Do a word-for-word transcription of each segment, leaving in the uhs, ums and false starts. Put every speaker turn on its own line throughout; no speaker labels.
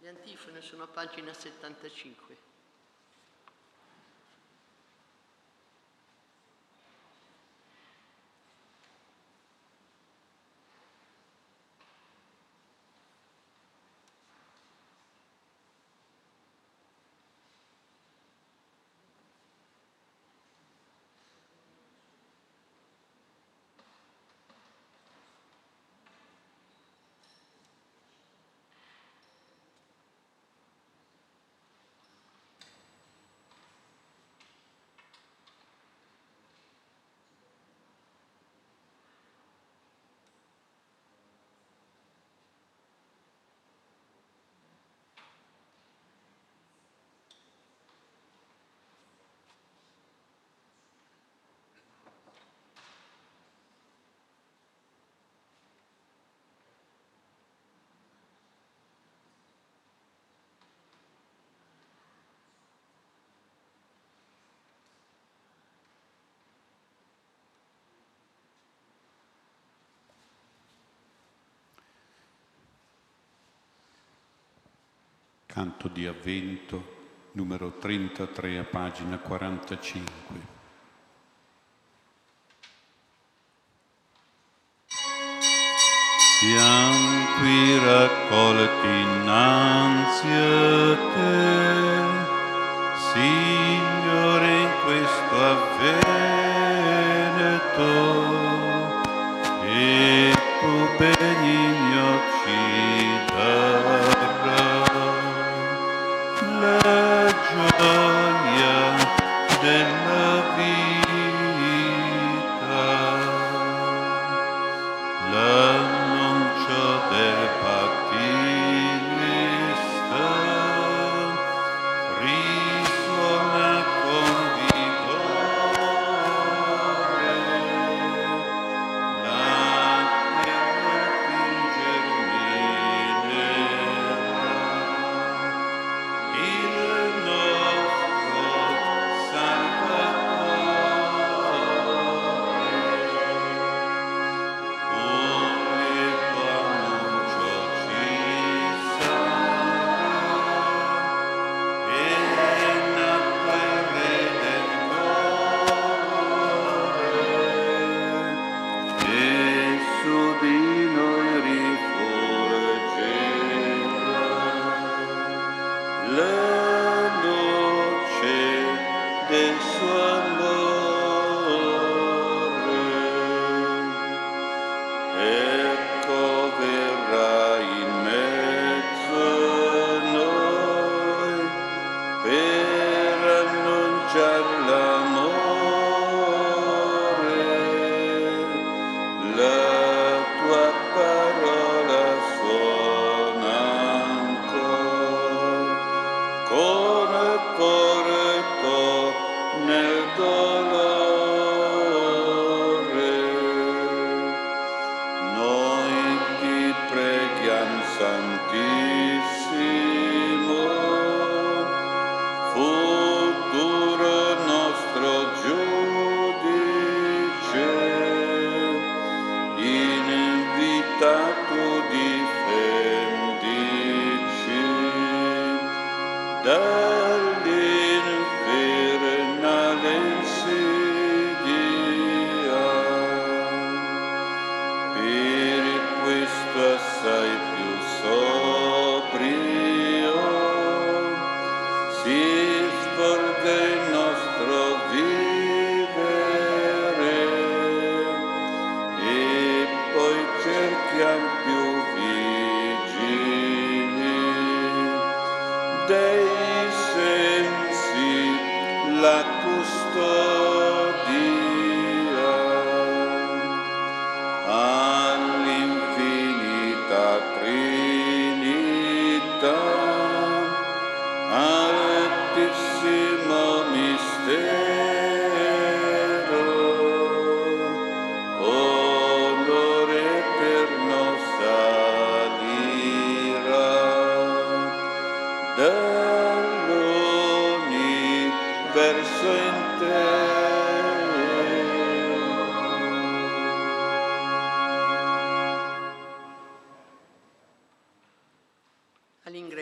Le antifone sono a pagina settantacinque.
Canto di Avvento, numero trentatré, a pagina quarantacinque. Siamo qui raccolti innanzi a te, Signore, in questo avveneto, e tu benigno ci darai la gioia della vita, l'annuncio del Battista risuona con vigore, la terra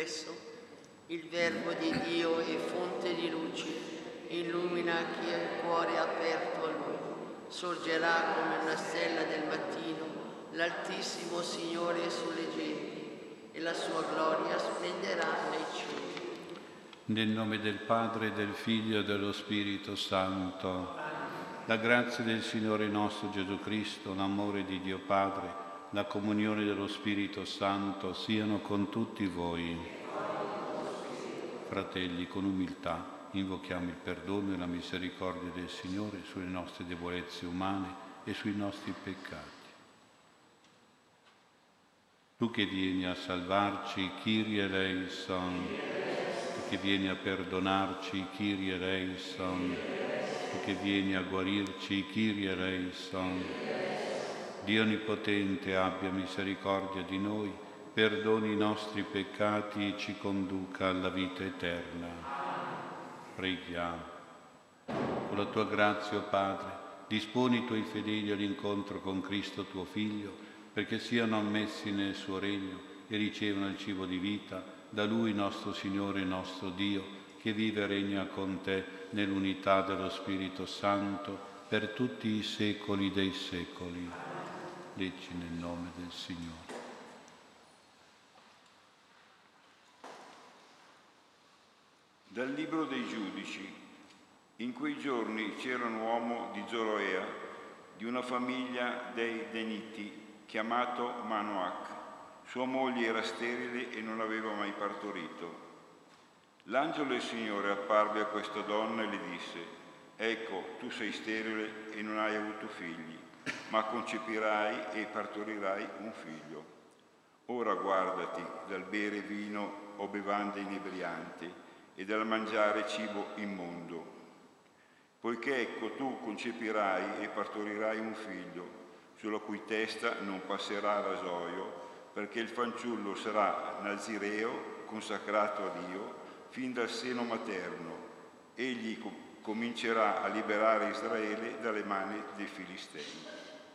presso, il Verbo di Dio e fonte di luce, illumina chi ha il cuore aperto a Lui. Sorgerà come una stella del mattino l'Altissimo Signore sulle genti e la sua gloria splenderà nei cieli.
Nel nome del Padre, del Figlio e dello Spirito Santo. La grazia del Signore nostro Gesù Cristo, l'amore di Dio Padre, la comunione dello Spirito Santo siano con tutti voi. Fratelli, con umiltà invochiamo il perdono e la misericordia del Signore sulle nostre debolezze umane e sui nostri peccati. Tu che vieni a salvarci, Kyrie eleison. Tu che vieni a perdonarci, Kyrie eleison. Tu che vieni a guarirci, Kyrie eleison. Dio Onnipotente abbia misericordia di noi, perdoni i nostri peccati e ci conduca alla vita eterna. Preghiamo. Con la tua grazia, o Padre, disponi i tuoi fedeli all'incontro con Cristo tuo Figlio, perché siano ammessi nel suo regno e ricevano il cibo di vita da Lui nostro Signore e nostro Dio, che vive e regna con te nell'unità dello Spirito Santo per tutti i secoli dei secoli. Leggi nel nome del Signore.
Dal Libro dei Giudici. In quei giorni c'era un uomo di Zoroea, di una famiglia dei Deniti, chiamato Manoach. Sua moglie era sterile e non aveva mai partorito. L'angelo del Signore apparve a questa donna e le disse: «Ecco, tu sei sterile e non hai avuto figli, ma concepirai e partorirai un figlio. Ora guardati dal bere vino o bevande inebrianti e dal mangiare cibo immondo. Poiché ecco tu concepirai e partorirai un figlio, sulla cui testa non passerà rasoio, perché il fanciullo sarà nazireo, consacrato a Dio, fin dal seno materno. Egli comincerà a liberare Israele dalle mani dei Filistei».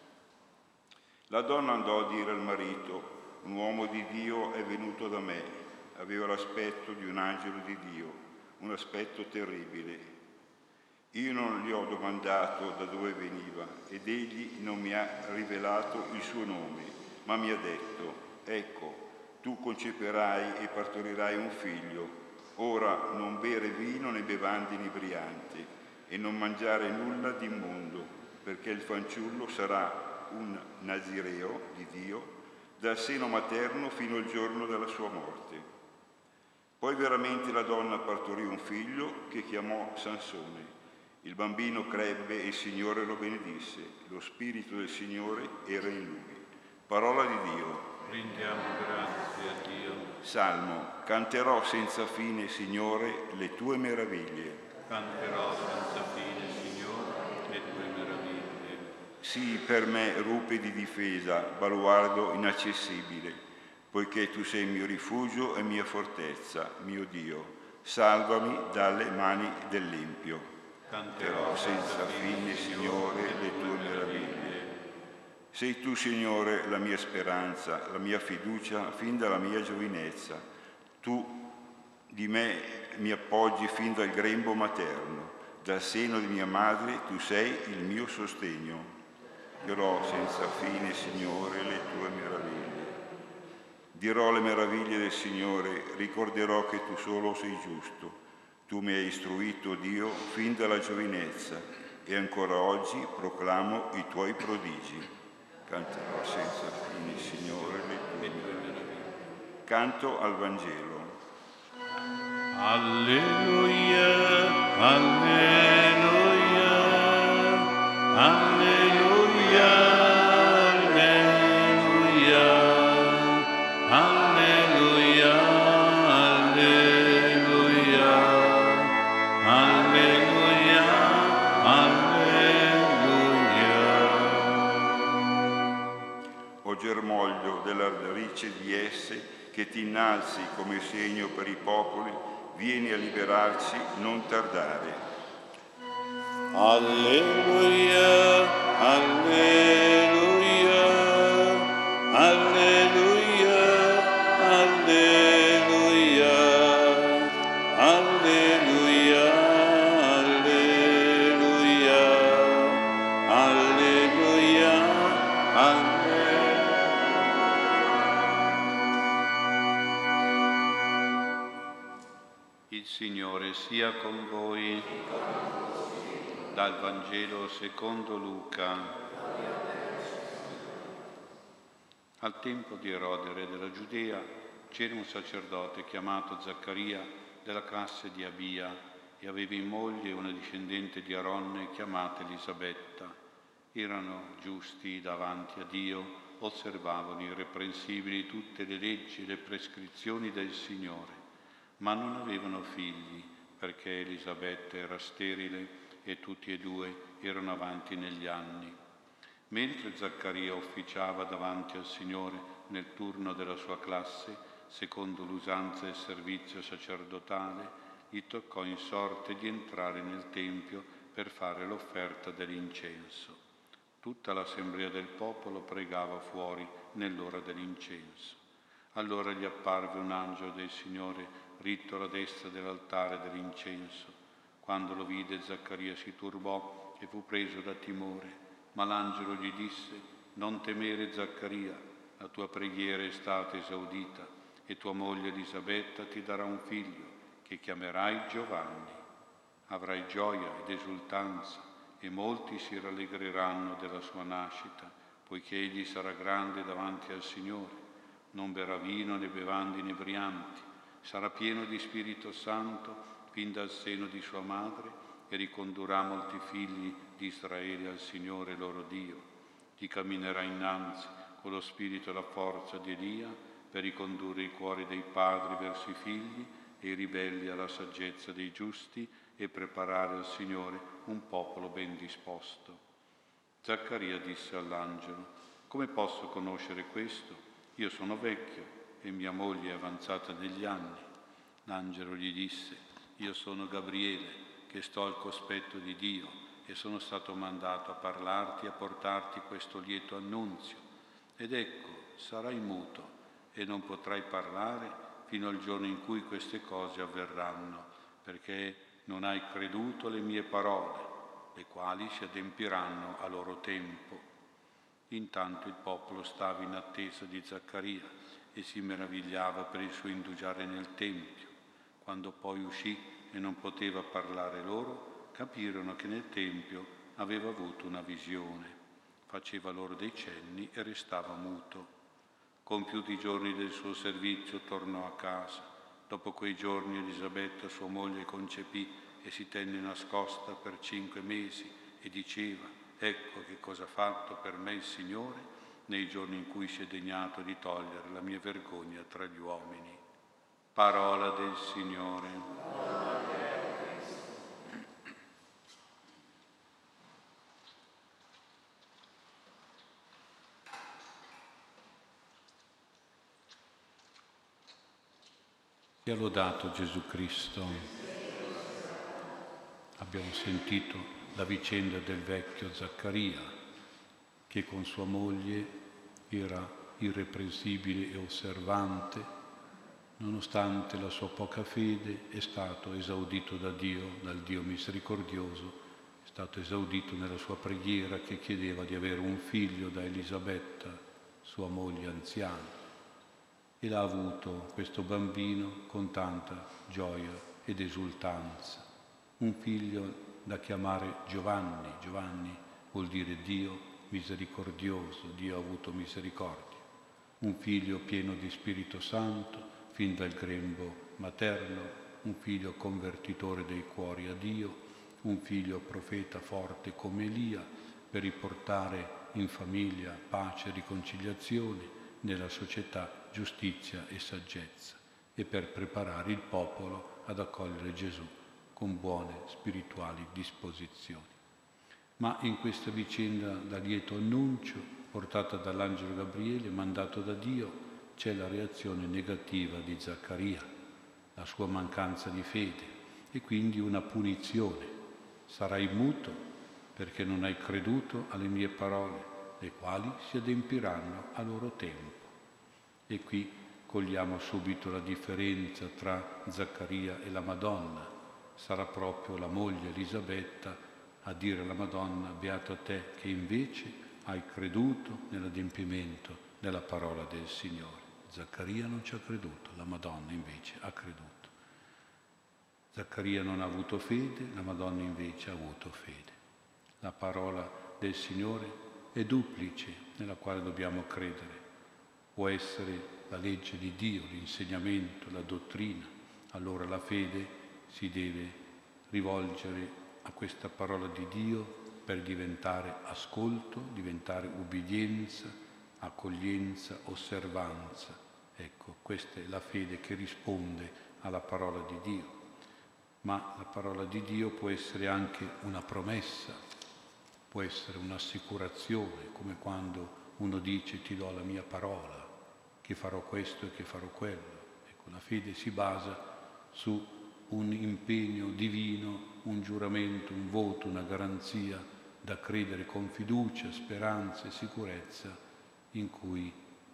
La donna andò a dire al marito: «Un uomo di Dio è venuto da me, aveva l'aspetto di un angelo di Dio, un aspetto terribile. Io non gli ho domandato da dove veniva ed egli non mi ha rivelato il suo nome, ma mi ha detto: ecco, tu conceperai e partorirai un figlio. Ora non bere vino né bevande inebrianti e non mangiare nulla di immondo, perché il fanciullo sarà un nazireo di Dio dal seno materno fino al giorno della sua morte». Poi veramente la donna partorì un figlio che chiamò Sansone. Il bambino crebbe e il Signore lo benedisse. Lo Spirito del Signore era in lui. Parola di Dio.
Rendiamo grazie a Dio.
Salmo. Canterò senza fine, Signore, le tue meraviglie.
Canterò senza fine, Signore, le tue meraviglie.
Sii per me rupe di difesa, baluardo inaccessibile, poiché tu sei mio rifugio e mia fortezza, mio Dio. Salvami dalle mani dell'empio. Canterò senza fine, Signore, le tue meraviglie. Sei tu, Signore, la mia speranza, la mia fiducia fin dalla mia giovinezza. Tu di me mi appoggi fin dal grembo materno. Dal seno di mia madre tu sei il mio sostegno. Dirò senza fine, Signore, le tue meraviglie. Dirò le meraviglie del Signore, ricorderò che tu solo sei giusto. Tu mi hai istruito, Dio, fin dalla giovinezza, e ancora oggi proclamo i tuoi prodigi. Canterò senza fine, Signore, le tue meraviglie. Canto al Vangelo.
Alleluia, alleluia, alleluia, alleluia, alleluia, alleluia, alleluia, alleluia.
O germoglio della radice di esse, che ti innalzi come segno per i popoli, vieni a liberarci, non tardare.
Alleluia, alleluia, alleluia, alleluia,
Alleluia.
Il Signore sia con voi. Dal Vangelo secondo Luca. Al tempo di Erode, re della Giudea, c'era un sacerdote chiamato Zaccaria della classe di Abia e aveva in moglie una discendente di Aronne chiamata Elisabetta. Erano giusti davanti a Dio, osservavano irreprensibili tutte le leggi e le prescrizioni del Signore, ma non avevano figli perché Elisabetta era sterile e tutti e due erano avanti negli anni. Mentre Zaccaria ufficiava davanti al Signore nel turno della sua classe, secondo l'usanza e il servizio sacerdotale, gli toccò in sorte di entrare nel Tempio per fare l'offerta dell'incenso. Tutta l'assemblea del popolo pregava fuori nell'ora dell'incenso. Allora gli apparve un angelo del Signore ritto alla destra dell'altare dell'incenso. Quando lo vide, Zaccaria si turbò e fu preso da timore. Ma l'angelo gli disse: non temere, Zaccaria, la tua preghiera è stata esaudita e tua moglie Elisabetta ti darà un figlio che chiamerai Giovanni. Avrai gioia ed esultanza e molti si rallegreranno della sua nascita, poiché egli sarà grande davanti al Signore. Non berrà vino né bevande inebrianti, sarà pieno di Spirito Santo fin dal seno di sua madre e ricondurrà molti figli di Israele al Signore loro Dio. Gli camminerà innanzi con lo spirito e la forza di Elia per ricondurre i cuori dei padri verso i figli e i ribelli alla saggezza dei giusti e preparare al Signore un popolo ben disposto. Zaccaria disse all'angelo: come posso conoscere questo? Io sono vecchio e mia moglie è avanzata negli anni. L'angelo gli disse: io sono Gabriele, che sto al cospetto di Dio e sono stato mandato a parlarti e a portarti questo lieto annunzio. Ed ecco, sarai muto e non potrai parlare fino al giorno in cui queste cose avverranno, perché non hai creduto alle mie parole, le quali si adempiranno a loro tempo. Intanto il popolo stava in attesa di Zaccaria e si meravigliava per il suo indugiare nel Tempio. Quando poi uscì e non poteva parlare loro, capirono che nel Tempio aveva avuto una visione. Faceva loro dei cenni e restava muto. Compiuti i giorni del suo servizio, tornò a casa. Dopo quei giorni Elisabetta, sua moglie, concepì e si tenne nascosta per cinque mesi e diceva: ecco che cosa ha fatto per me il Signore nei giorni in cui si è degnato di togliere la mia vergogna tra gli uomini. Parola del Signore. Sia lodato Gesù Cristo. Abbiamo sentito la vicenda del vecchio Zaccaria, che con sua moglie era irreprensibile e osservante. Nonostante la sua poca fede, è stato esaudito da Dio, dal Dio misericordioso, è stato esaudito nella sua preghiera che chiedeva di avere un figlio da Elisabetta, sua moglie anziana. E l'ha avuto questo bambino con tanta gioia ed esultanza. Un figlio da chiamare Giovanni. Giovanni vuol dire Dio misericordioso, Dio ha avuto misericordia. Un figlio pieno di Spirito Santo, fin dal grembo materno, un figlio convertitore dei cuori a Dio, un figlio profeta forte come Elia, per riportare in famiglia pace e riconciliazione, nella società giustizia e saggezza, e per preparare il popolo ad accogliere Gesù con buone spirituali disposizioni. Ma in questa vicenda da lieto annuncio, portata dall'angelo Gabriele, mandato da Dio, c'è la reazione negativa di Zaccaria, la sua mancanza di fede, e quindi una punizione. Sarai muto perché non hai creduto alle mie parole, le quali si adempiranno a loro tempo. E qui cogliamo subito la differenza tra Zaccaria e la Madonna. Sarà proprio la moglie Elisabetta a dire alla Madonna: beato te che invece hai creduto nell'adempimento della parola del Signore. Zaccaria non ci ha creduto, la Madonna invece ha creduto. Zaccaria non ha avuto fede, la Madonna invece ha avuto fede. La parola del Signore è duplice, nella quale dobbiamo credere. Può essere la legge di Dio, l'insegnamento, la dottrina. Allora la fede si deve rivolgere a questa parola di Dio per diventare ascolto, diventare ubbidienza, accoglienza, osservanza. Ecco, questa è la fede che risponde alla parola di Dio. Ma la parola di Dio può essere anche una promessa, può essere un'assicurazione, come quando uno dice ti do la mia parola, che farò questo e che farò quello. Ecco, la fede si basa su un impegno divino, un giuramento, un voto, una garanzia da credere con fiducia, speranza e sicurezza in cui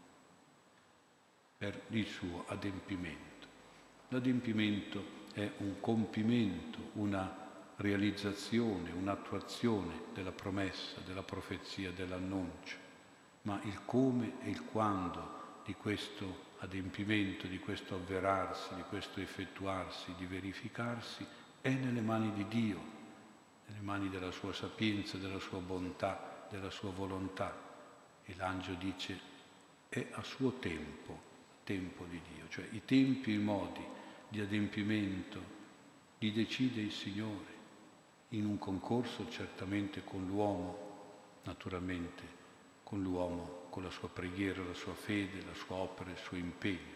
per il suo adempimento. L'adempimento è un compimento, una realizzazione, un'attuazione della promessa, della profezia, dell'annuncio, ma il come e il quando di questo adempimento, di questo avverarsi, di questo effettuarsi, di verificarsi, è nelle mani di Dio, nelle mani della sua sapienza, della sua bontà, della sua volontà. E l'angelo dice, è a suo tempo, tempo di Dio, cioè i tempi e i modi di adempimento li decide il Signore, in un concorso certamente con l'uomo, naturalmente con l'uomo, con la sua preghiera, la sua fede, la sua opera, il suo impegno.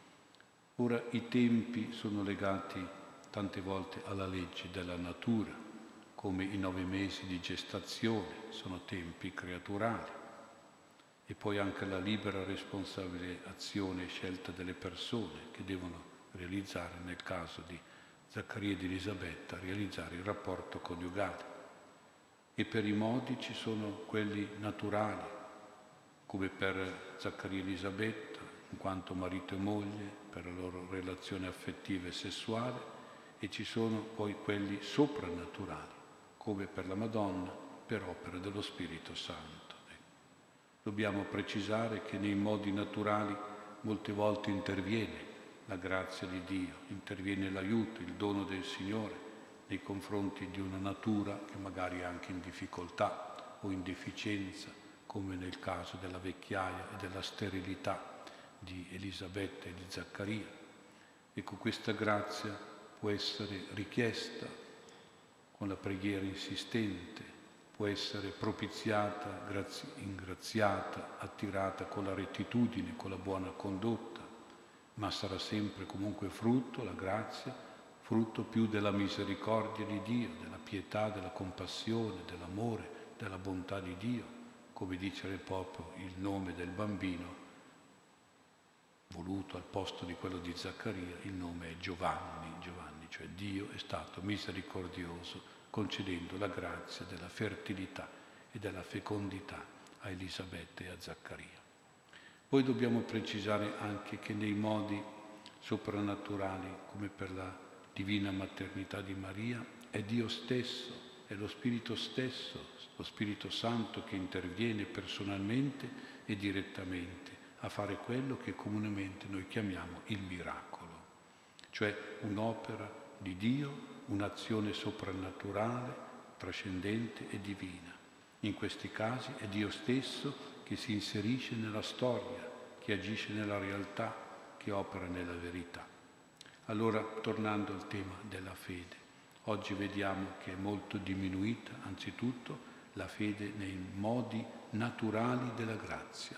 Ora i tempi sono legati tante volte alla legge della natura, come i nove mesi di gestazione sono tempi creaturali, e poi anche la libera responsabile azione e scelta delle persone che devono realizzare, nel caso di Zaccaria e di Elisabetta, realizzare il rapporto coniugale. E per i modi ci sono quelli naturali, come per Zaccaria e Elisabetta, in quanto marito e moglie, per la loro relazione affettiva e sessuale, e ci sono poi quelli soprannaturali, come per la Madonna, per opera dello Spirito Santo. Dobbiamo precisare che nei modi naturali molte volte interviene la grazia di Dio, interviene l'aiuto, il dono del Signore nei confronti di una natura che magari è anche in difficoltà o in deficienza, come nel caso della vecchiaia e della sterilità di Elisabetta e di Zaccaria. Ecco, questa grazia può essere richiesta con la preghiera insistente, può essere propiziata, grazi- ingraziata, attirata con la rettitudine, con la buona condotta, ma sarà sempre comunque frutto, la grazia, frutto più della misericordia di Dio, della pietà, della compassione, dell'amore, della bontà di Dio, come dice proprio il nome del bambino, voluto al posto di quello di Zaccaria, il nome è Giovanni, Giovanni, cioè Dio è stato misericordioso, concedendo la grazia della fertilità e della fecondità a Elisabetta e a Zaccaria. Poi dobbiamo precisare anche che nei modi soprannaturali, come per la divina maternità di Maria, è Dio stesso, è lo Spirito stesso, lo Spirito Santo che interviene personalmente e direttamente a fare quello che comunemente noi chiamiamo il miracolo, cioè un'opera di Dio, un'azione soprannaturale, trascendente e divina. In questi casi è Dio stesso che si inserisce nella storia, che agisce nella realtà, che opera nella verità. Allora, tornando al tema della fede, oggi vediamo che è molto diminuita, anzitutto, la fede nei modi naturali della grazia.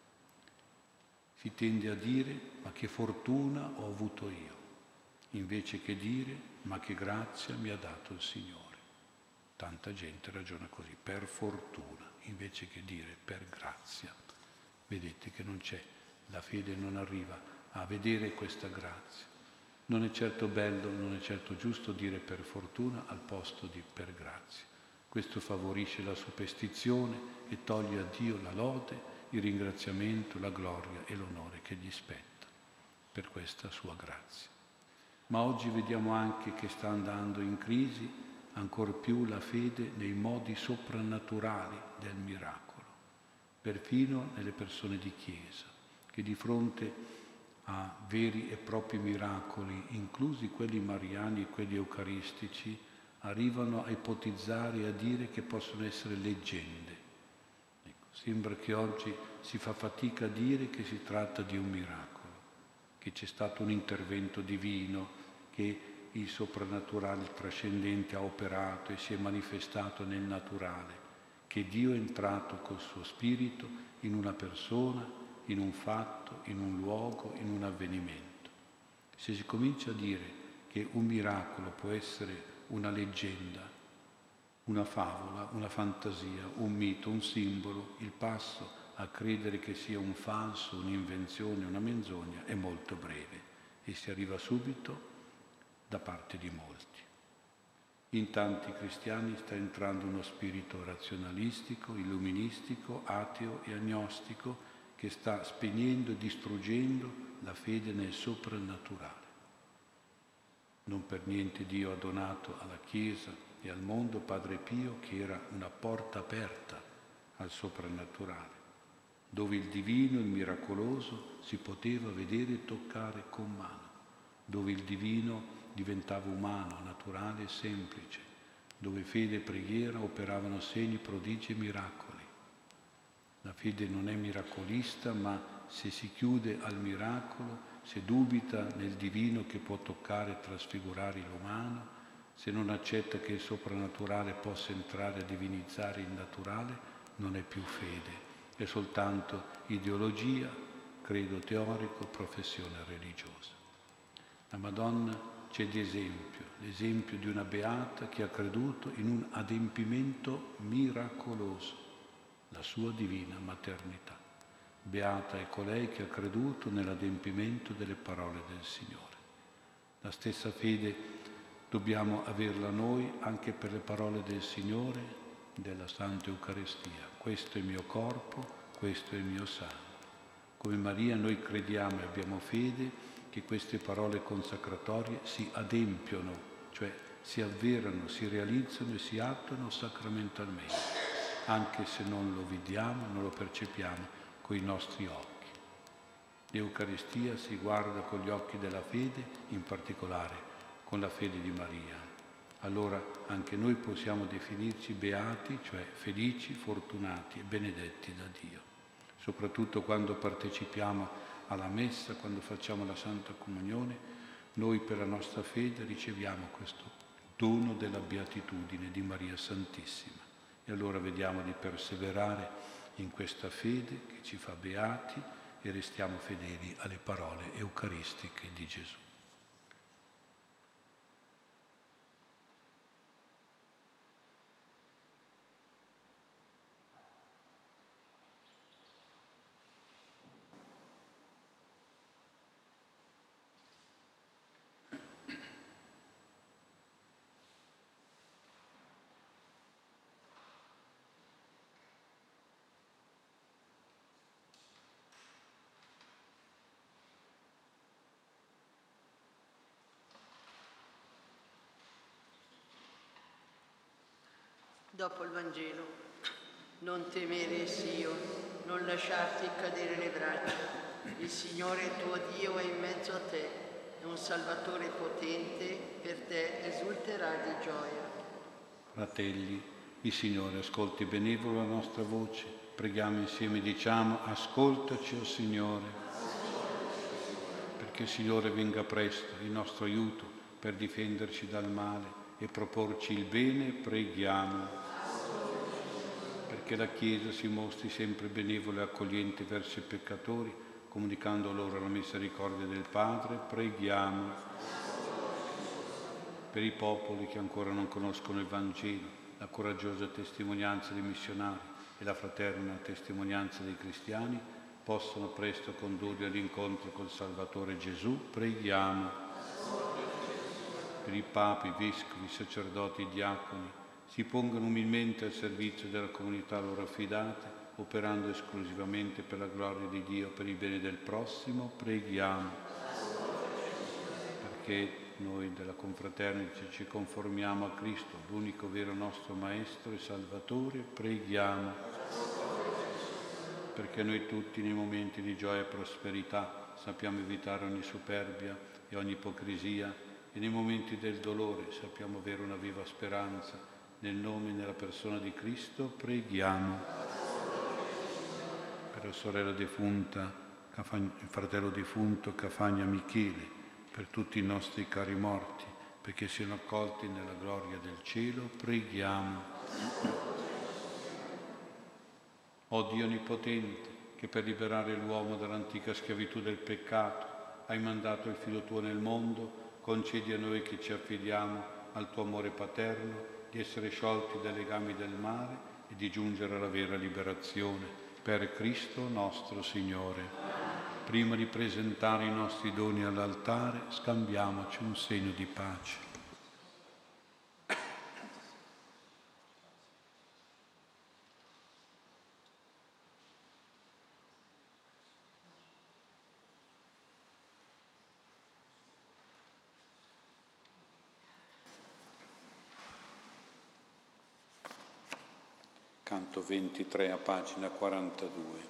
Si tende a dire, ma che fortuna ho avuto io, invece che dire, ma che grazia mi ha dato il Signore. Tanta gente ragiona così, per fortuna, invece che dire per grazia. Vedete che non c'è, la fede non arriva a vedere questa grazia. Non è certo bello, non è certo giusto dire per fortuna al posto di per grazia. Questo favorisce la superstizione e toglie a Dio la lode, il ringraziamento, la gloria e l'onore che gli spetta per questa sua grazia. Ma oggi vediamo anche che sta andando in crisi ancor più la fede nei modi soprannaturali del miracolo. perfino nelle persone di Chiesa, che di fronte a veri e propri miracoli, inclusi quelli mariani e quelli eucaristici, arrivano a ipotizzare e a dire che possono essere leggende. Ecco, sembra che oggi si fa fatica a dire che si tratta di un miracolo, che c'è stato un intervento divino, che il soprannaturale, il trascendente ha operato e si è manifestato nel naturale, che Dio è entrato col suo spirito in una persona, in un fatto, in un luogo, in un avvenimento. Se si comincia a dire che un miracolo può essere una leggenda, una favola, una fantasia, un mito, un simbolo, il passo a credere che sia un falso, un'invenzione, una menzogna è molto breve e si arriva subito da parte di molti. In tanti cristiani sta entrando uno spirito razionalistico, illuministico, ateo e agnostico che sta spegnendo e distruggendo la fede nel soprannaturale. Non per niente Dio ha donato alla Chiesa e al mondo Padre Pio, che era una porta aperta al soprannaturale, dove il divino, il miracoloso, si poteva vedere e toccare con mano, dove il divino diventava umano, naturale e semplice, dove fede e preghiera operavano segni, prodigi e miracoli. La fede non è miracolista, ma se si chiude al miracolo, se dubita nel divino che può toccare e trasfigurare l'umano, se non accetta che il soprannaturale possa entrare a divinizzare il naturale, non è più fede, è soltanto ideologia, credo teorico, professione religiosa. La Madonna c'è di esempio, l'esempio di una beata che ha creduto in un adempimento miracoloso, la sua divina maternità. Beata è colei che ha creduto nell'adempimento delle parole del Signore. La stessa fede dobbiamo averla noi anche per le parole del Signore della Santa Eucaristia. Questo è il mio corpo, questo è il mio sangue. Come Maria noi crediamo e abbiamo fede che queste parole consacratorie si adempiono, cioè si avverano, si realizzano e si attuano sacramentalmente, anche se non lo vediamo, non lo percepiamo con i nostri occhi. L'Eucaristia si guarda con gli occhi della fede, in particolare con la fede di Maria. Allora anche noi possiamo definirci beati, cioè felici, fortunati e benedetti da Dio, soprattutto quando partecipiamo alla Messa, quando facciamo la Santa Comunione, noi per la nostra fede riceviamo questo dono della beatitudine di Maria Santissima. E allora vediamo di perseverare in questa fede che ci fa beati e restiamo fedeli alle parole eucaristiche di Gesù.
Dopo il Vangelo, non temere, Sion, non lasciarti cadere le braccia. Il Signore tuo Dio è in mezzo a te, è un Salvatore potente, per te esulterà di gioia.
Fratelli, il Signore ascolti benevolo la nostra voce. Preghiamo insieme, diciamo, ascoltaci, o Signore, perché il Signore venga presto in nostro aiuto per difenderci dal male e proporci il bene, preghiamo. Perché la Chiesa si mostri sempre benevola e accogliente verso i peccatori, comunicando loro la misericordia del Padre, preghiamo. Per i popoli che ancora non conoscono il Vangelo, la coraggiosa testimonianza dei missionari e la fraterna testimonianza dei cristiani possano presto condurli all'incontro col Salvatore Gesù, preghiamo. Per i papi, vescovi, sacerdoti e diaconi si pongano umilmente al servizio della comunità loro affidate, operando esclusivamente per la gloria di Dio, per il bene del prossimo, preghiamo. Perché noi della confraternita ci conformiamo a Cristo, l'unico vero nostro Maestro e Salvatore, preghiamo. perché noi tutti nei momenti di gioia e prosperità sappiamo evitare ogni superbia e ogni ipocrisia e nei momenti del dolore sappiamo avere una viva speranza. Nel nome e nella persona di Cristo preghiamo. Per la sorella defunta, il fratello defunto Cafagna Michele, per tutti i nostri cari morti, perché siano accolti nella gloria del cielo, preghiamo. O Dio Onnipotente, che per liberare l'uomo dall'antica schiavitù del peccato hai mandato il Figlio tuo nel mondo, concedi a noi che ci affidiamo al tuo amore paterno di essere sciolti dai legami del male e di giungere alla vera liberazione. Per Cristo nostro Signore. Prima di presentare i nostri doni all'altare, scambiamoci un segno di pace. Canto ventitré a pagina quarantadue.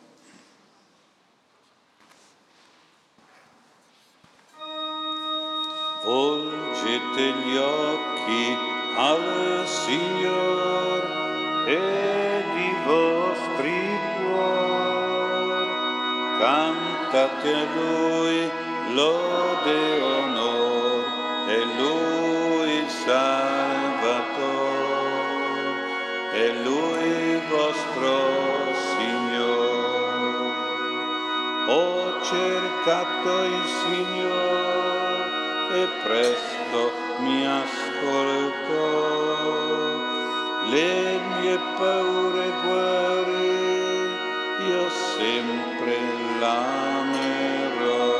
Volgete gli occhi al Signor ed i vostri cuori, cantate a Lui lode e onor, è Lui il Salvatore, è Lui il vostro Signore. Ho cercato il Signore e presto mi ascoltò, le mie paure guarì, io sempre l'amerò.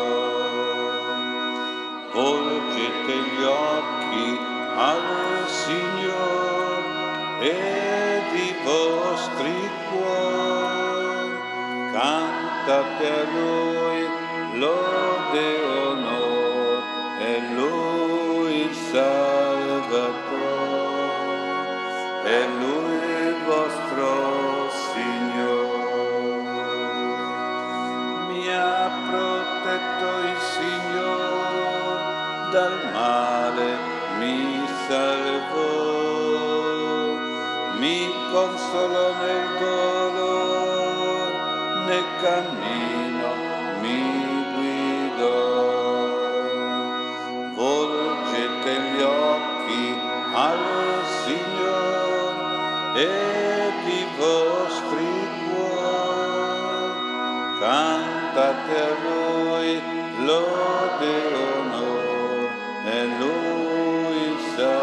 Volgete gli occhi al Signor ed i vostri cuori, cantate a Lui lode e onor, è Lui il Salvatore, è Lui il vostro Signore. Mi ha protetto il Signore, dal male mi salvò, mi consolò nel dolore, nel cammino mi guidò. Volgete gli occhi al Signor ed i vostri cuori, cantate a Lui lode e onor, è Lui il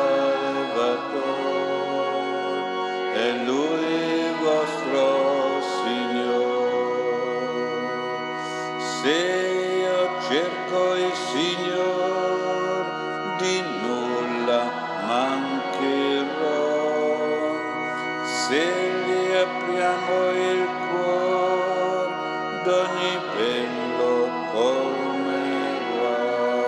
Salvatore, è Lui il vostro Signore. Se io cerco il Signore, di nulla mancherò, se gli apriamo il cuore, d'ogni bello colmerà.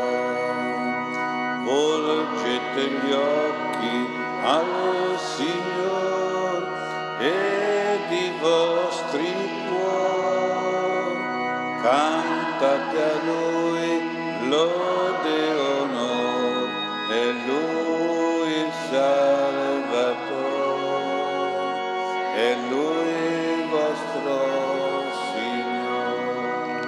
Volgete gli occhi al Signor ed i vostri cuori, cantate a Lui lode e onor, è Lui il Salvatore, è Lui il vostro Signore.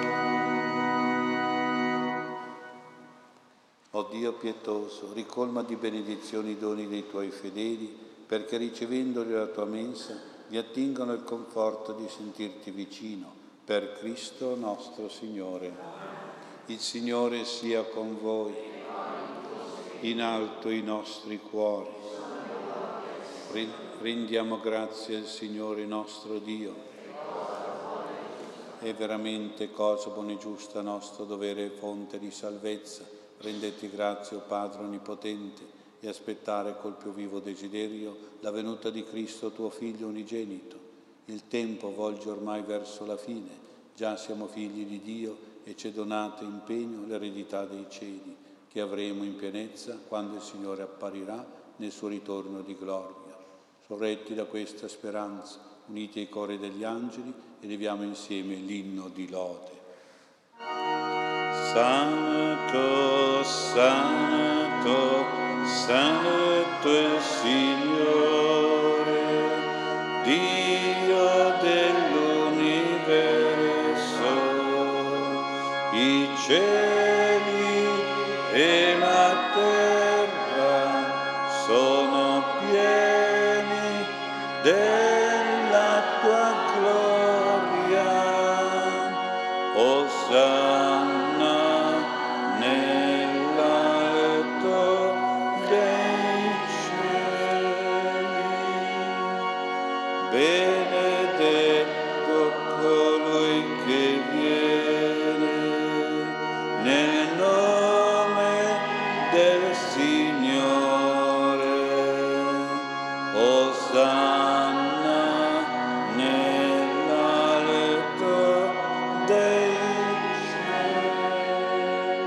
O Dio pietoso, ricolma di benedizioni i doni dei Tuoi fedeli, perché ricevendoli alla Tua mensa vi attingano il conforto di sentirti vicino, per Cristo nostro Signore. Il Signore sia con voi, in alto i nostri cuori. Rendiamo grazie al Signore nostro Dio. È veramente cosa buona e giusta, nostro dovere e fonte di salvezza. Rendete grazie, o Padre Onnipotente, e aspettare col più vivo desiderio la venuta di Cristo, tuo Figlio unigenito. Il tempo volge ormai verso la fine, già siamo figli di Dio e ci è donato in pegno l'eredità dei cieli, che avremo in pienezza quando il Signore apparirà nel suo ritorno di gloria. Sorretti da questa speranza, uniti ai cori degli angeli, eleviamo insieme l'inno di lode. Santo, santo, santo il Signore, Dio dell'universo, i cieli e la terra sono pieni della tua gloria. Osanna nell'alto dei cieli. Benedetto colui che viene nel nome del Signore. Osanna nell'alto dei cieli.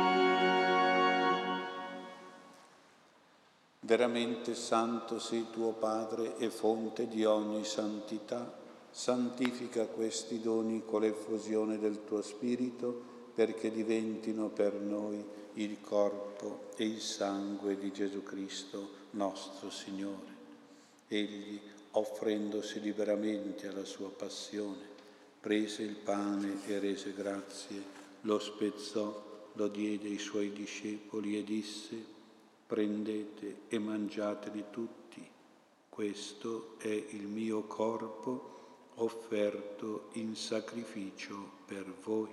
Veramente santo sei tuo Padre e fonte di ogni santità. Santifica questi doni con l'effusione del tuo Spirito, perché diventino per noi il corpo e il sangue di Gesù Cristo, nostro Signore. Egli, offrendosi liberamente alla sua passione, prese il pane e rese grazie, lo spezzò, lo diede ai suoi discepoli e disse: prendete e mangiateli tutti, questo è il mio corpo offerto in sacrificio per voi.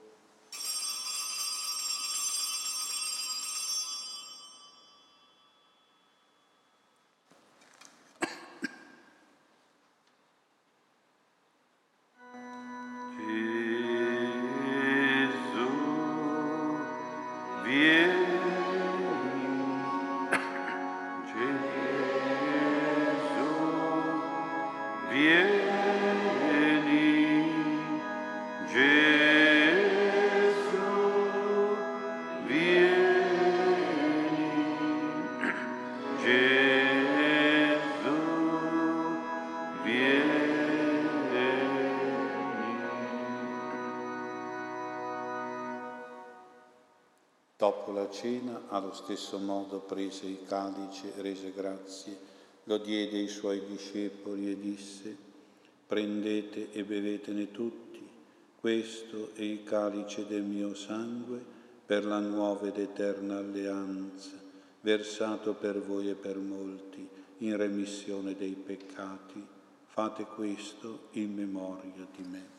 Dopo la cena, allo stesso modo prese il calice, rese grazie, lo diede ai suoi discepoli e disse: prendete e bevetene tutti, questo è il calice del mio sangue per la nuova ed eterna alleanza, versato per voi e per molti in remissione dei peccati. Fate questo in memoria di me.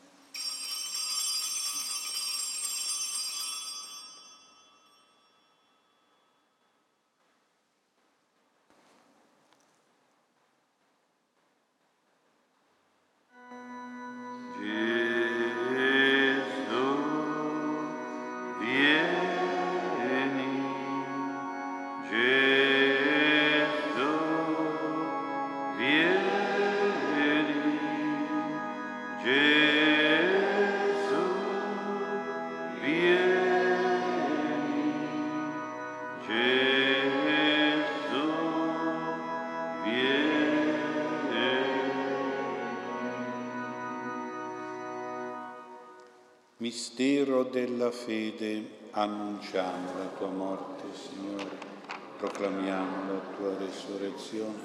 Mistero della fede, annunciamo la tua morte, Signore, proclamiamo la tua resurrezione.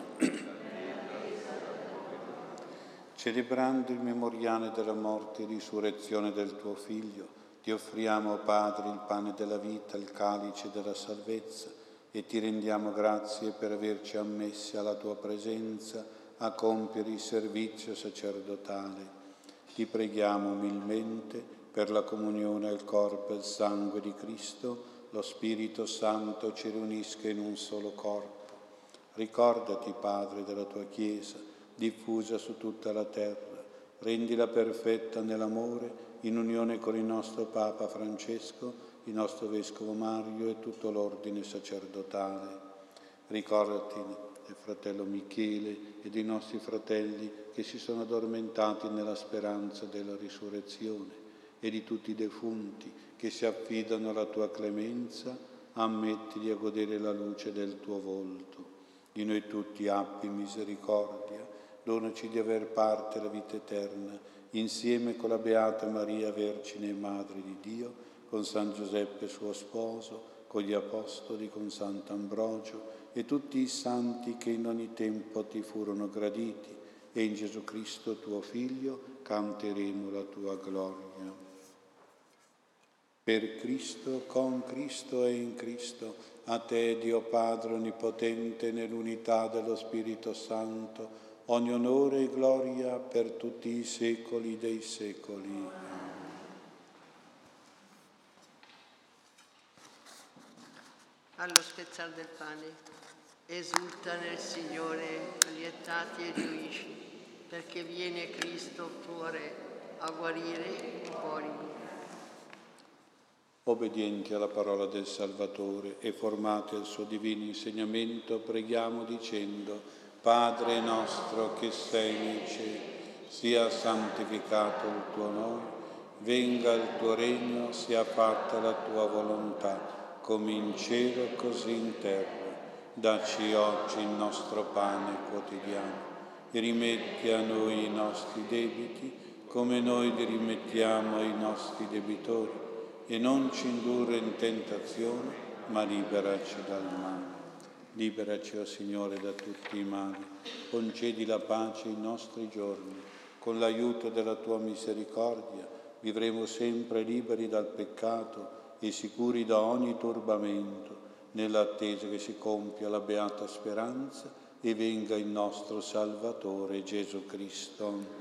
Celebrando il memoriale della morte e risurrezione del tuo Figlio, ti offriamo, Padre, il pane della vita, il calice della salvezza, e ti rendiamo grazie per averci ammessi alla tua presenza a compiere il servizio sacerdotale. Ti preghiamo umilmente per la comunione al corpo e al sangue di Cristo, lo Spirito Santo ci riunisca in un solo corpo. Ricordati, Padre, della tua Chiesa, diffusa su tutta la terra, rendila perfetta nell'amore, in unione con il nostro Papa Francesco, il nostro Vescovo Mario e tutto l'ordine sacerdotale. Ricordati del fratello Michele e dei nostri fratelli che si sono addormentati nella speranza della risurrezione, e di tutti i defunti che si affidano alla tua clemenza, ammettili a godere la luce del tuo volto. Di noi tutti abbi misericordia.
donaci di aver parte la vita eterna, insieme con la Beata Maria, Vergine e Madre di Dio, con San Giuseppe suo sposo, con gli Apostoli, con Sant'Ambrogio e tutti i santi che in ogni tempo ti furono graditi, e in Gesù Cristo tuo Figlio canteremo la tua gloria. Per Cristo, con Cristo e in Cristo, a te, Dio Padre Onnipotente, nell'unità dello Spirito Santo, ogni onore e gloria per tutti i secoli dei secoli.
Allo spezzar del pane, esulta nel Signore, allietati e gioisci, perché viene Cristo tuo Re a guarire i cuori.
Obbedienti alla parola del Salvatore e formati al suo divino insegnamento, preghiamo dicendo: Padre nostro che sei nei cieli, sia santificato il tuo nome, venga il tuo regno, sia fatta la tua volontà, come in cielo così in terra. Dacci oggi il nostro pane quotidiano e rimetti a noi i nostri debiti, come noi li rimettiamo ai nostri debitori. E non ci indurre in tentazione, ma liberaci dal male. Liberaci, o Signore, da tutti i mali. Concedi la pace ai nostri giorni. Con l'aiuto della tua misericordia vivremo sempre liberi dal peccato e sicuri da ogni turbamento, nell'attesa che si compia la beata speranza e venga il nostro Salvatore Gesù Cristo.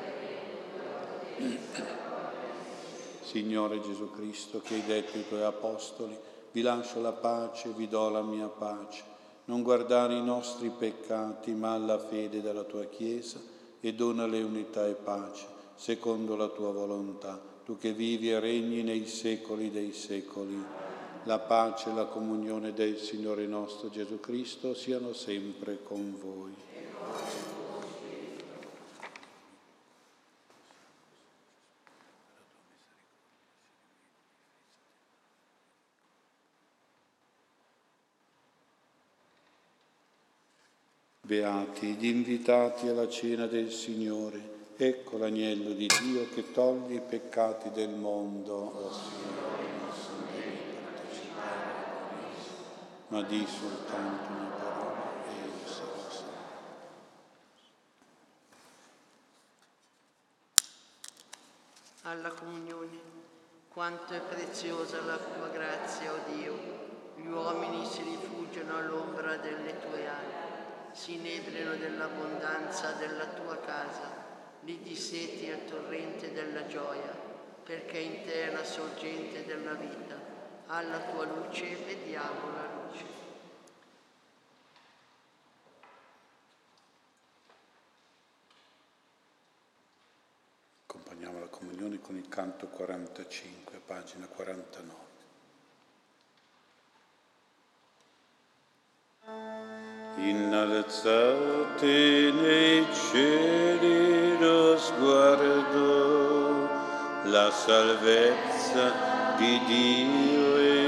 Signore Gesù Cristo, che hai detto ai tuoi apostoli: vi lascio la pace, vi do la mia pace. Non guardare i nostri peccati, ma alla fede della tua Chiesa, e donale unità e pace, secondo la tua volontà, tu che vivi e regni nei secoli dei secoli. La pace e la comunione del Signore nostro Gesù Cristo siano sempre con voi. Beati gli invitati alla cena del Signore. Ecco l'agnello di Dio che toglie i peccati del mondo. O Signore, non sono degno di partecipare alla messa, ma di soltanto una parola e io sarò salvo.
Alla comunione, quanto è preziosa la tua grazia, o Dio! Gli uomini si rifugiano all'ombra delle tue ali. Si inebriano dell'abbondanza della tua casa, li disseti al torrente della gioia, perché in te è la sorgente della vita, alla tua luce vediamo la luce.
Accompagniamo la comunione con il canto quarantacinque, pagina quarantanove. Innalzate nei cieli lo sguardo, la salvezza di Dio è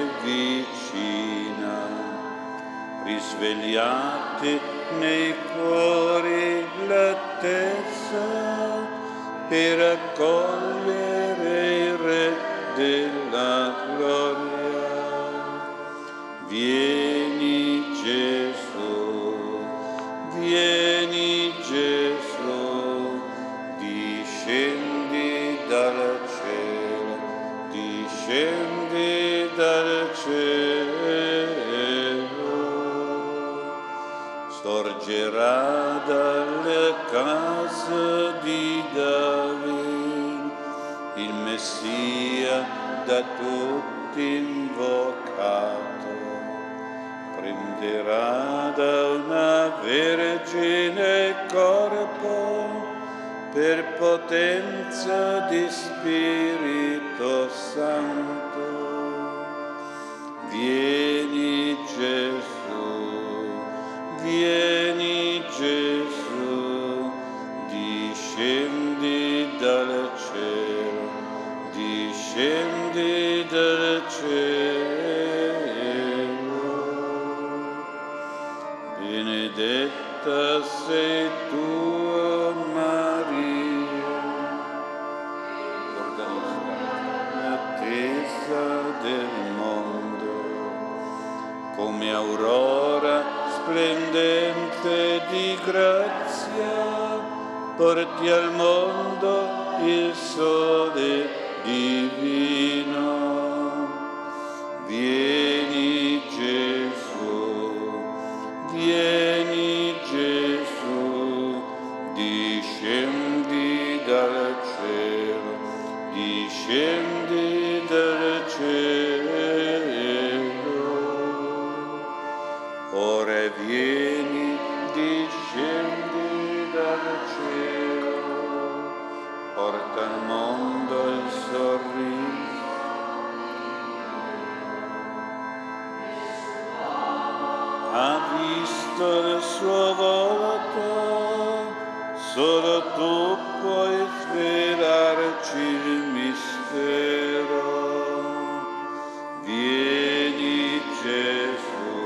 vicina. Risvegliate nei cuori l'attesa per accogliere il Re della gloria. Vieni Gesù, vieni Gesù, discendi dal cielo, discendi dal cielo. Sorgerà dalle case di David, il Messia da tutti invocato. Prenderà da una vergine corpo per potenza di Spirito Santo. Vieni Gesù, vieni Gesù, discendi dal cielo, discendi dal cielo. Benedetta sei tu, salvezza del mondo. Come aurora splendente di grazia, porti al mondo il sole divino. Vieni Gesù, vieni Gesù, discendi dal cielo, discendi dal cielo. Ora vieni, discendi dal cielo, porta al mondo il sorriso. Ha visto il suo volto, solo tu puoi svelarci il mistero. Vieni Gesù,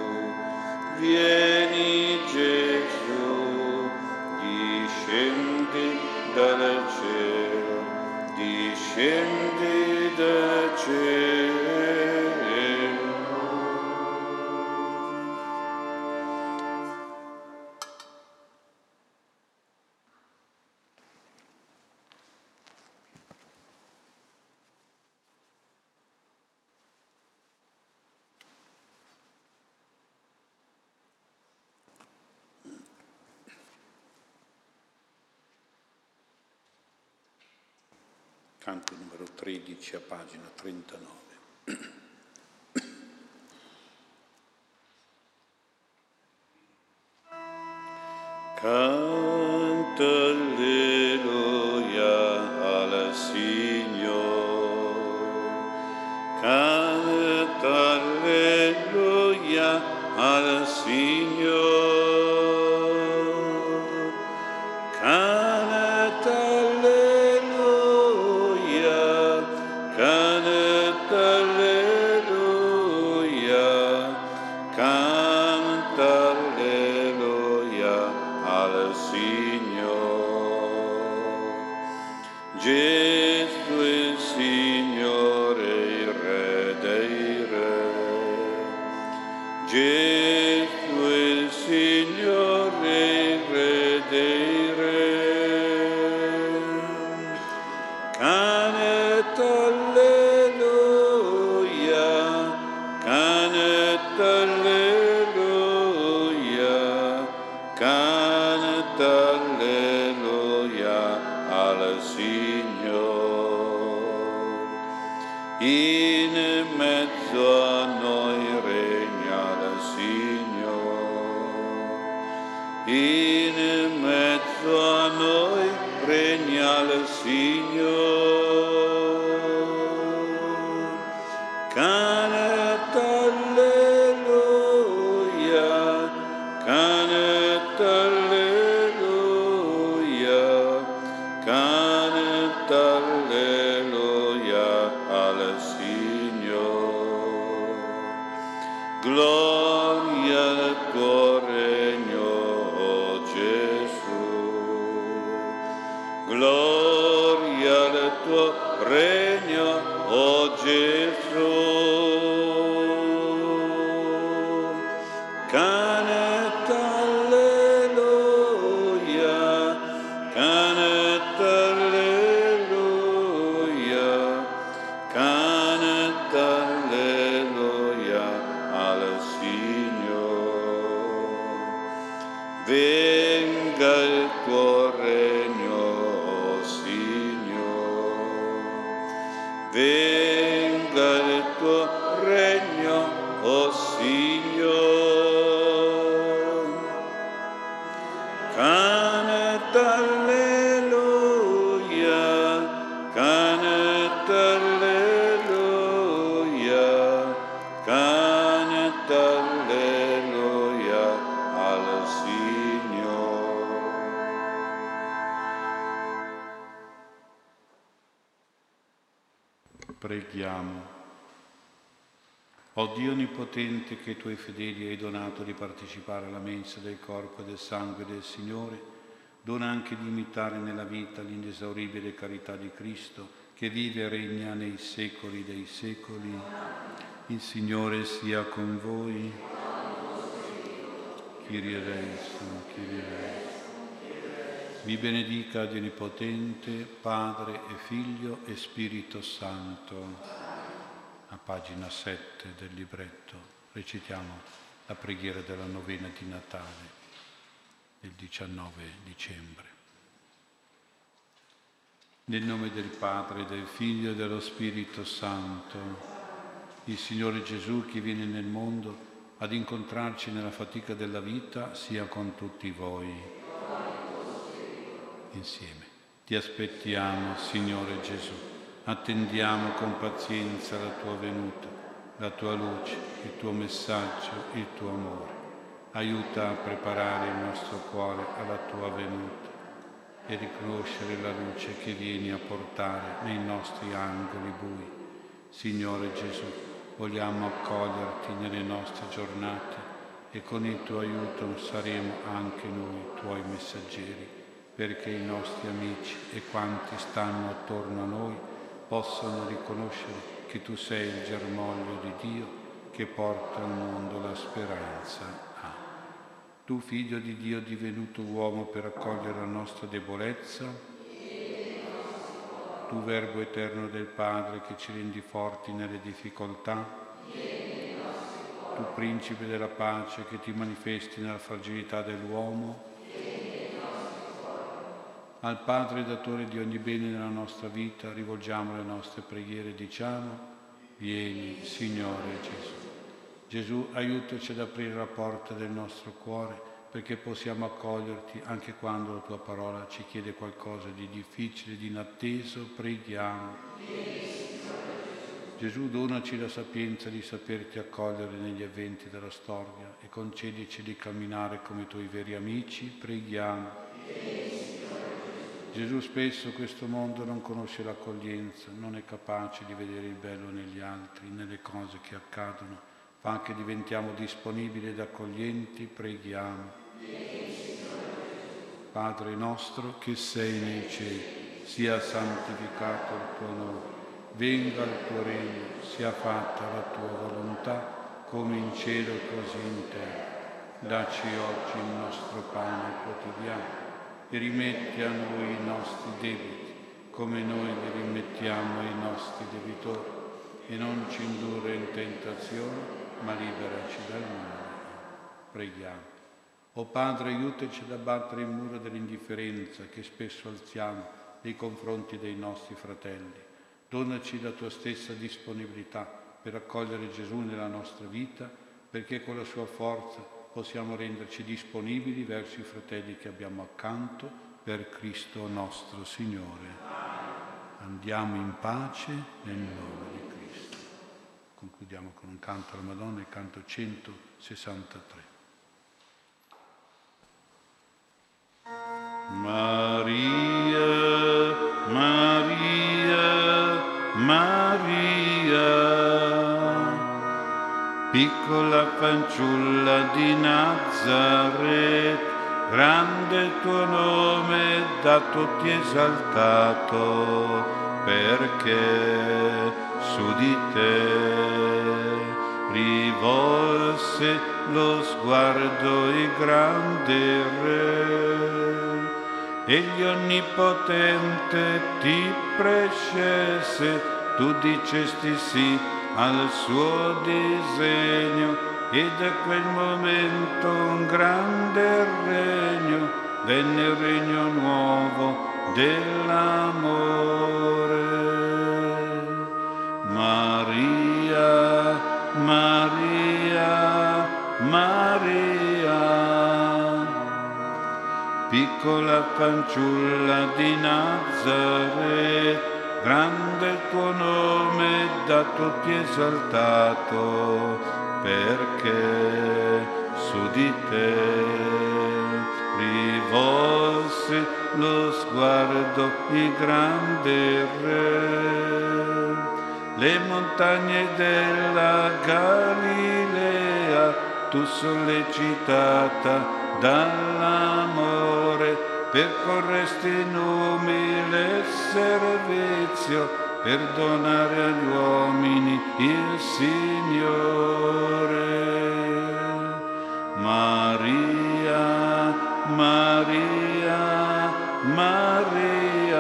vieni Gesù, discendi dal cielo, discendi dal cielo. Canto numero tredici a pagina trentanove. Canta alleluia al Signore, canta alleluia al Signore, canta alleluia, canta alleluia, canta alleluia al Signore. Gesù il Signore, il Re dei Re. Gesù il Signore, il Re dei Re. Canta alleluia, canta alleluia, canta alleluia al Signore. In mezzo a noi regna il Signore, in mezzo a noi regna il Signore. Canta alleluia, canta alleluia, canta alleluia al Signore. Gloria al tuo regno, o Gesù. Gloria al tuo regno, o Gesù. Canta alleluia, canta alleluia, canta alleluia al Signore. Venga il tuo regno, o Signore. Venga il tuo regno, o Signore. Canta alleluia, canta alleluia, canta alleluia al Signore.
Preghiamo. O Dio Onnipotente, che ai Tuoi fedeli hai donato di partecipare alla mensa del corpo e del sangue del Signore, Dona anche di imitare nella vita l'inesauribile carità di Cristo, che vive e regna nei secoli dei secoli. Il Signore sia con voi. Kyrie eleison, Kyrie eleison. Vi benedica Dio Onnipotente, Padre e Figlio e Spirito Santo. A pagina sette del libretto recitiamo la preghiera della novena di Natale del diciannove dicembre. Nel nome del Padre, del Figlio e dello Spirito Santo, il Signore Gesù che viene nel mondo ad incontrarci nella fatica della vita sia con tutti voi. Insieme. Ti aspettiamo, Signore Gesù, attendiamo con pazienza la tua venuta, la tua luce, il tuo messaggio, il tuo amore. Aiuta a preparare il nostro cuore alla tua venuta e riconoscere la luce che vieni a portare nei nostri angoli bui. Signore Gesù, vogliamo accoglierti nelle nostre giornate e con il tuo aiuto saremo anche noi tuoi messaggeri, perché i nostri amici e quanti stanno attorno a noi possano riconoscere che tu sei il germoglio di Dio che porta al mondo la speranza. Ah. Tu, Figlio di Dio divenuto uomo per accogliere la nostra debolezza, tu, Verbo eterno del Padre che ci rendi forti nelle difficoltà, tu, Principe della pace che ti manifesti nella fragilità dell'uomo, al Padre datore di ogni bene nella nostra vita rivolgiamo le nostre preghiere e diciamo: vieni, Signore Gesù. Gesù, aiutaci ad aprire la porta del nostro cuore perché possiamo accoglierti anche quando la tua parola ci chiede qualcosa di difficile, di inatteso. Preghiamo. Gesù, donaci la sapienza di saperti accogliere negli eventi della storia e concedici di camminare come tuoi veri amici. Preghiamo. Gesù, spesso questo mondo non conosce l'accoglienza, non è capace di vedere il bello negli altri, nelle cose che accadono. Fa che diventiamo disponibili ed accoglienti. Preghiamo. Padre nostro che sei nei cieli, sia santificato il tuo nome, venga il tuo regno, sia fatta la tua volontà, come in cielo così in terra. Dacci oggi il nostro pane quotidiano e rimetti a noi i nostri debiti, come noi li rimettiamo ai nostri debitori, e non ci indurre in tentazione, ma liberaci dal male. Preghiamo. O Padre, aiutaci ad abbattere il muro dell'indifferenza che spesso alziamo nei confronti dei nostri fratelli. Donaci la tua stessa disponibilità per accogliere Gesù nella nostra vita, perché con la sua forza possiamo renderci disponibili verso i fratelli che abbiamo accanto, per Cristo nostro Signore. Andiamo in pace nel nome di Cristo. Concludiamo con un canto alla Madonna, il canto centosessantatré. Maria, Maria, Maria, piccola fanciulla di Nazaret, grande il tuo nome, da tutti esaltato, perché su di te rivolse lo sguardo il grande Re. Egli onnipotente ti prescelse, tu dicesti sì al suo disegno, e da quel momento un grande regno venne il regno nuovo dell'amore. Maria, Maria, Maria, piccola fanciulla di Nazaret, grande il tuo nome, da tutti esaltato, perché su di te rivolse lo sguardo il grande Re. Le montagne della Galilea tu sollecitata dall'amore, percorresti inumile servizio per donare agli uomini il Signore. Maria, Maria, Maria,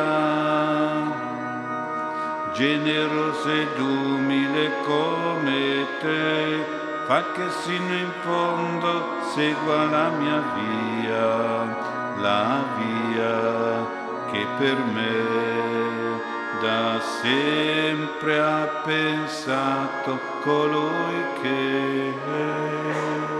generosa ed umile come te, fa che sino in fondo segua la mia via, la via che per me da sempre ha pensato colui che è.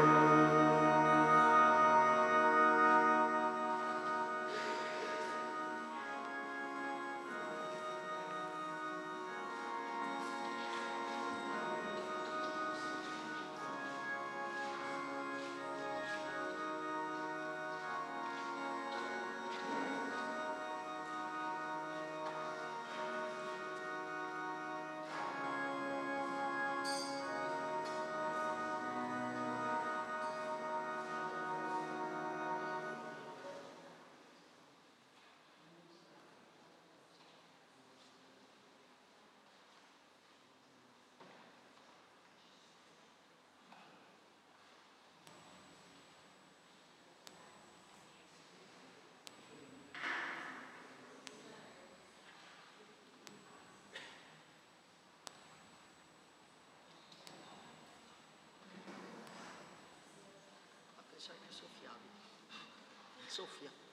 Sai che soffiavi. Soffia.